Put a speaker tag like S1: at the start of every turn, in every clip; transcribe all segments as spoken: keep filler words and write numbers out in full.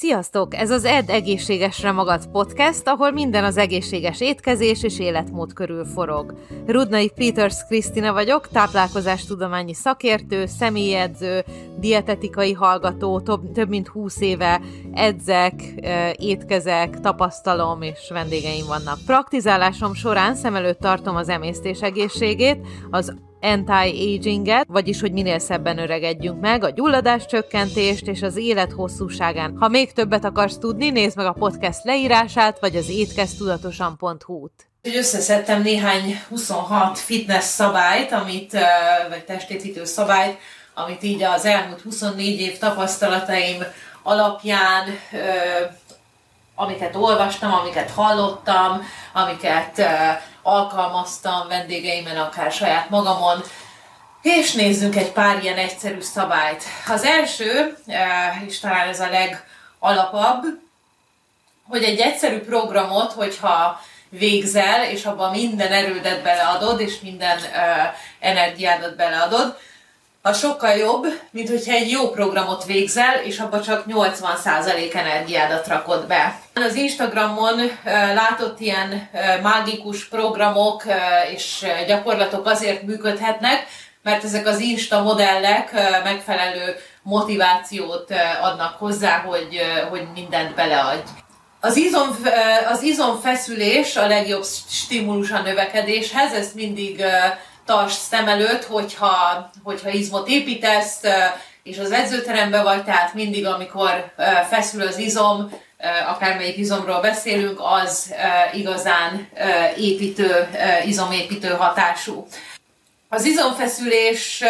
S1: Sziasztok! Ez az Edd egészségesre magad podcast, ahol minden az egészséges étkezés és életmód körül forog. Rudnai Peters Krisztina vagyok, táplálkozástudományi szakértő, személyedző, dietetikai hallgató, több, több mint húsz éve edzek, étkezek, tapasztalom és vendégeim vannak. Praktizálásom során szem előtt tartom az emésztés egészségét, az anti-aginget, vagyis hogy minél szebben öregedjünk meg, a gyulladás csökkentést és az élet hosszúságán. Ha még többet akarsz tudni, nézd meg a podcast leírását, vagy az étkeztudatosan pont hu-t. Összeszedtem néhány huszonhat fitness szabályt, amit, vagy testépítő szabályt, amit így az elmúlt huszonnégy év tapasztalataim alapján, amiket olvastam, amiket hallottam, amiket alkalmaztam vendégeimen, akár saját magamon, és nézzünk egy pár ilyen egyszerű szabályt. Az első, és talán ez a legalapabb, hogy egy egyszerű programot, hogyha végzel, és abban minden erődet beleadod, és minden energiádat beleadod, az sokkal jobb, mint hogyha egy jó programot végzel, és abba csak nyolcvan százalék energiádat rakod be. Az Instagramon látott ilyen mágikus programok és gyakorlatok azért működhetnek, mert ezek az Insta modellek megfelelő motivációt adnak hozzá, hogy, hogy mindent beleadj. Az, izom, az izomfeszülés a legjobb stimulus a növekedéshez, ezt mindig tartsd szem előtt, hogyha, hogyha izmot építesz, és az edzőteremben vagy, tehát mindig, amikor feszül az izom, akármelyik izomról beszélünk, az igazán építő, izomépítő hatású. Az izomfeszülés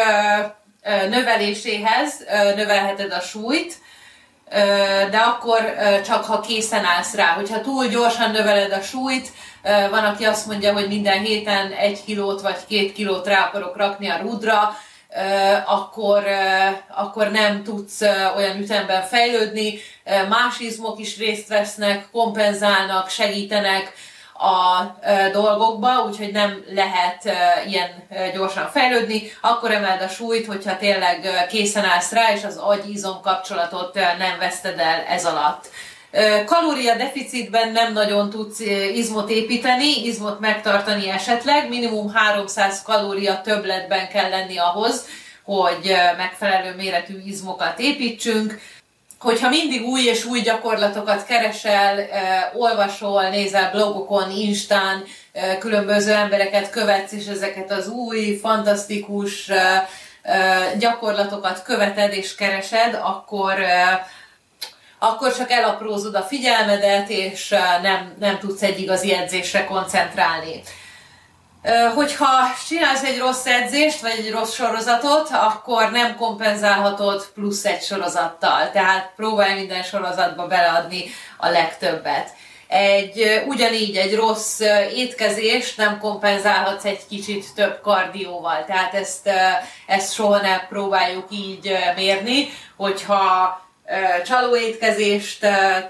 S1: növeléséhez növelheted a súlyt, de akkor csak, ha készen állsz rá. Hogyha túl gyorsan növeled a súlyt, van, aki azt mondja, hogy minden héten egy kilót vagy két kilót rá akarok rakni a rúdra, akkor, akkor nem tudsz olyan ütemben fejlődni. Más izmok is részt vesznek, kompenzálnak, segítenek a dolgokba, úgyhogy nem lehet ilyen gyorsan fejlődni. Akkor emeld a súlyt, hogyha tényleg készen állsz rá, és az agy-izom kapcsolatot nem veszted el ez alatt. Kalóriadeficitben nem nagyon tudsz izmot építeni, izmot megtartani esetleg, minimum háromszáz kalória többletben kell lenni ahhoz, hogy megfelelő méretű izmokat építsünk. Hogyha mindig új és új gyakorlatokat keresel, olvasol, nézel blogokon, Instán, különböző embereket követsz, és ezeket az új, fantasztikus gyakorlatokat követed és keresed, akkor akkor csak elaprózod a figyelmedet, és nem, nem tudsz egy igazi edzésre koncentrálni. Hogyha csinálsz egy rossz edzést, vagy egy rossz sorozatot, akkor nem kompenzálhatod plusz egy sorozattal. Tehát próbálj minden sorozatba beleadni a legtöbbet. Egy, ugyanígy egy rossz étkezést nem kompenzálhatsz egy kicsit több kardióval. Tehát ezt, ezt soha nem próbáljuk így mérni, hogyha csalóétkezést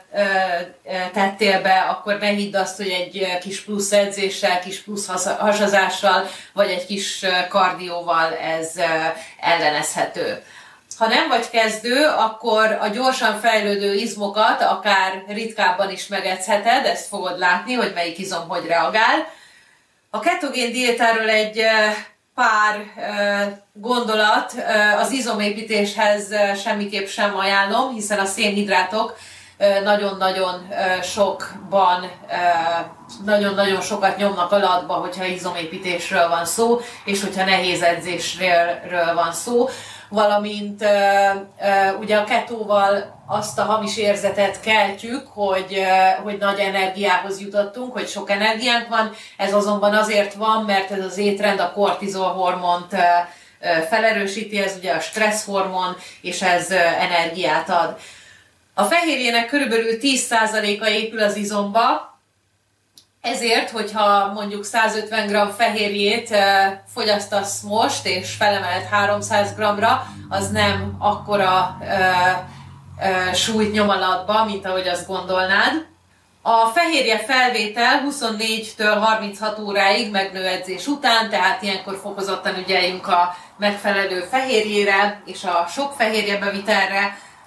S1: tettél be, akkor ne hidd azt, hogy egy kis plusz edzéssel, kis plusz hasazással, vagy egy kis kardióval ez ellenezhető. Ha nem vagy kezdő, akkor a gyorsan fejlődő izmokat akár ritkábban is megedzheted, ezt fogod látni, hogy melyik izom hogy reagál. A ketogén diétáról egy pár gondolat, az izomépítéshez semmiképp sem ajánlom, hiszen a szénhidrátok nagyon-nagyon sokban, nagyon-nagyon sokat nyomnak alatba, hogyha izomépítésről van szó, és hogyha nehéz edzésről van szó, valamint ugye a ketóval azt a hamis érzetet keltjük, hogy, hogy nagy energiához jutottunk, hogy sok energiánk van, ez azonban azért van, mert ez az étrend a kortizol hormont felerősíti, ez ugye a stressz hormon, és ez energiát ad. A fehérjének körülbelül tíz százaléka épül az izomba, ezért, hogyha mondjuk százötven gramm fehérjét fogyasztasz most, és felemelt háromszáz grammra, az nem akkora ö, ö, súlyt nyom alatba, mint ahogy azt gondolnád. A fehérje felvétel huszonnégytől harminchat óráig megnő edzés után, tehát ilyenkor fokozottan ügyeljünk a megfelelő fehérjére és a sok fehérje bevitelre.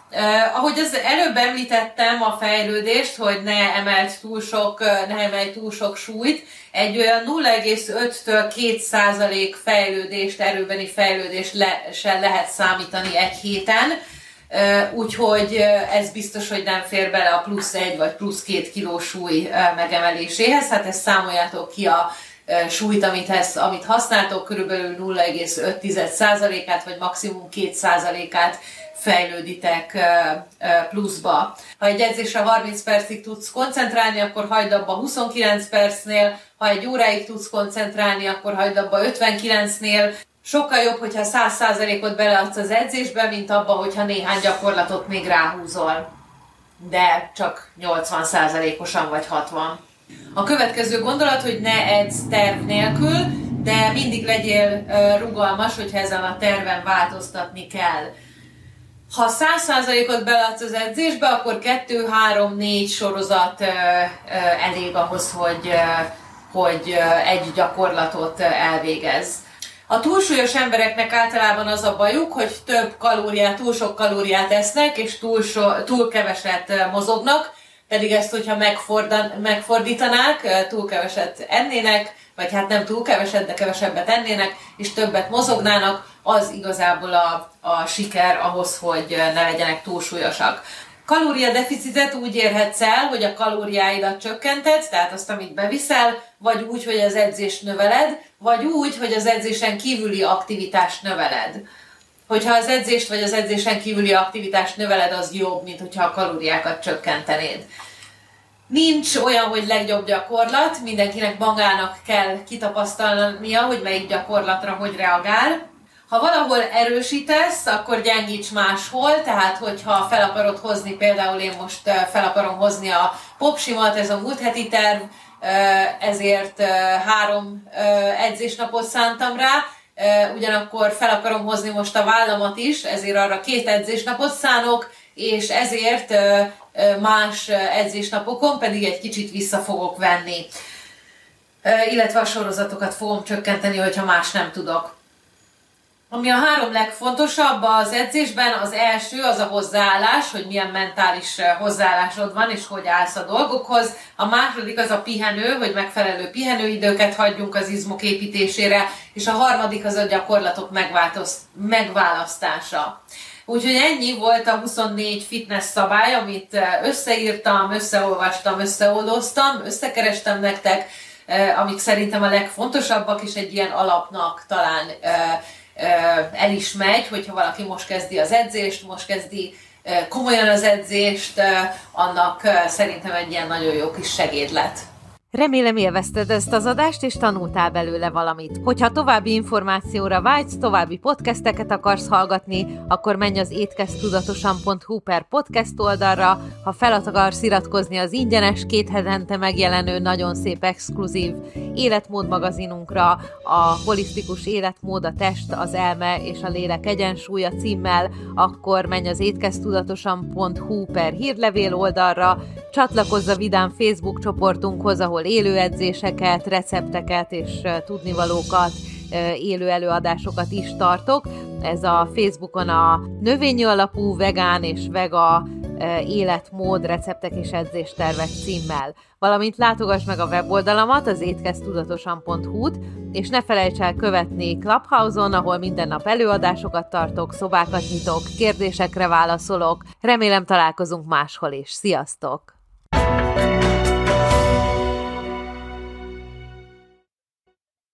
S1: Uh, ahogy az előbb említettem a fejlődést, hogy ne emelt túl sok, ne emelj túl sok súlyt, egy olyan nulla egész öttől két százalék fejlődést, erőbeni fejlődést le, se lehet számítani egy héten, uh, úgyhogy ez biztos, hogy nem fér bele a plusz egy vagy plusz két kiló súly uh, megemeléséhez. Hát ezt számoljátok ki a uh, súlyt, amit, ez, amit használtok, körülbelül nulla egész öt százalékát vagy maximum két százalékát fejlőditek pluszba. Ha egy edzésre harminc percig tudsz koncentrálni, akkor hagyd abba huszonkilenc percnél, ha egy óráig tudsz koncentrálni, akkor hagyd abba ötvenkilencnél. Sokkal jobb, hogyha száz százalékot beleadsz az edzésbe, mint abba, hogyha néhány gyakorlatot még ráhúzol. De csak nyolcvan százalékosan vagy hatvan. A következő gondolat, hogy ne edz terv nélkül, de mindig legyél rugalmas, hogyha ezen a terven változtatni kell. Ha száz százalékot beleadsz az edzésbe, akkor kettő, három, négy sorozat ö, ö, elég ahhoz, hogy, ö, hogy ö, egy gyakorlatot elvégezz. A túlsúlyos embereknek általában az a bajuk, hogy több kalóriát, túl sok kalóriát esznek, és túl, so, túl keveset mozognak, pedig ezt, hogyha megfordítanák, túl keveset ennének, vagy hát nem túl keveset, de kevesebbet ennének, és többet mozognának, az igazából a, a siker ahhoz, hogy ne legyenek túlsúlyosak. Kalóriadeficitet úgy érhetsz el, hogy a kalóriáidat csökkented, tehát azt, amit beviszel, vagy úgy, hogy az edzést növeled, vagy úgy, hogy az edzésen kívüli aktivitást növeled. Hogyha az edzést vagy az edzésen kívüli aktivitást növeled, az jobb, mint hogyha a kalóriákat csökkentenéd. Nincs olyan, hogy legjobb gyakorlat, mindenkinek magának kell kitapasztalnia, hogy melyik gyakorlatra hogy reagál. Ha valahol erősítesz, akkor gyengíts máshol, tehát hogyha fel akarod hozni, például én most fel akarom hozni a popsimat, ez a múlt heti terv, ezért három edzésnapot szántam rá, ugyanakkor fel akarom hozni most a vállamat is, ezért arra két edzésnapot szánok, és ezért más edzésnapokon pedig egy kicsit vissza fogok venni. Illetve a sorozatokat fogom csökkenteni, hogyha más nem tudok. Ami a három legfontosabb az edzésben, az első az a hozzáállás, hogy milyen mentális hozzáállásod van, és hogy állsz a dolgokhoz. A második az a pihenő, hogy megfelelő pihenőidőket hagyjunk az izmok építésére, és a harmadik az a gyakorlatok megválasztása. Úgyhogy ennyi volt a huszonnégy fitness szabály, amit összeírtam, összeolvastam, összeoldoztam, összekerestem nektek, amik szerintem a legfontosabbak, és egy ilyen alapnak talán el is megy, hogyha valaki most kezdi az edzést, most kezdi komolyan az edzést, annak szerintem egy ilyen nagyon jó kis segédlet.
S2: Remélem élvezted ezt az adást, és tanultál belőle valamit. Hogyha további információra vágysz, további podcasteket akarsz hallgatni, akkor menj az étkezdtudatosan pont hu per podcast oldalra. Ha fel akarsz iratkozni az ingyenes, két hetente megjelenő, nagyon szép exkluzív életmód magazinunkra, a holisztikus életmód, a test, az elme és a lélek egyensúlya címmel, akkor menj az étkezdtudatosan pont hu per hírlevél oldalra, csatlakozz a vidám Facebook csoportunkhoz, ahol élő edzéseket, recepteket és tudnivalókat, élő előadásokat is tartok. Ez a Facebookon a növényi alapú vegán és vega életmód, receptek és edzéstervek címmel. Valamint látogass meg a weboldalamat, az étkezdtudatosan pont hu-t, és ne felejts el követni Clubhouse-on, ahol minden nap előadásokat tartok, szobákat nyitok, kérdésekre válaszolok. Remélem találkozunk máshol is. Sziasztok!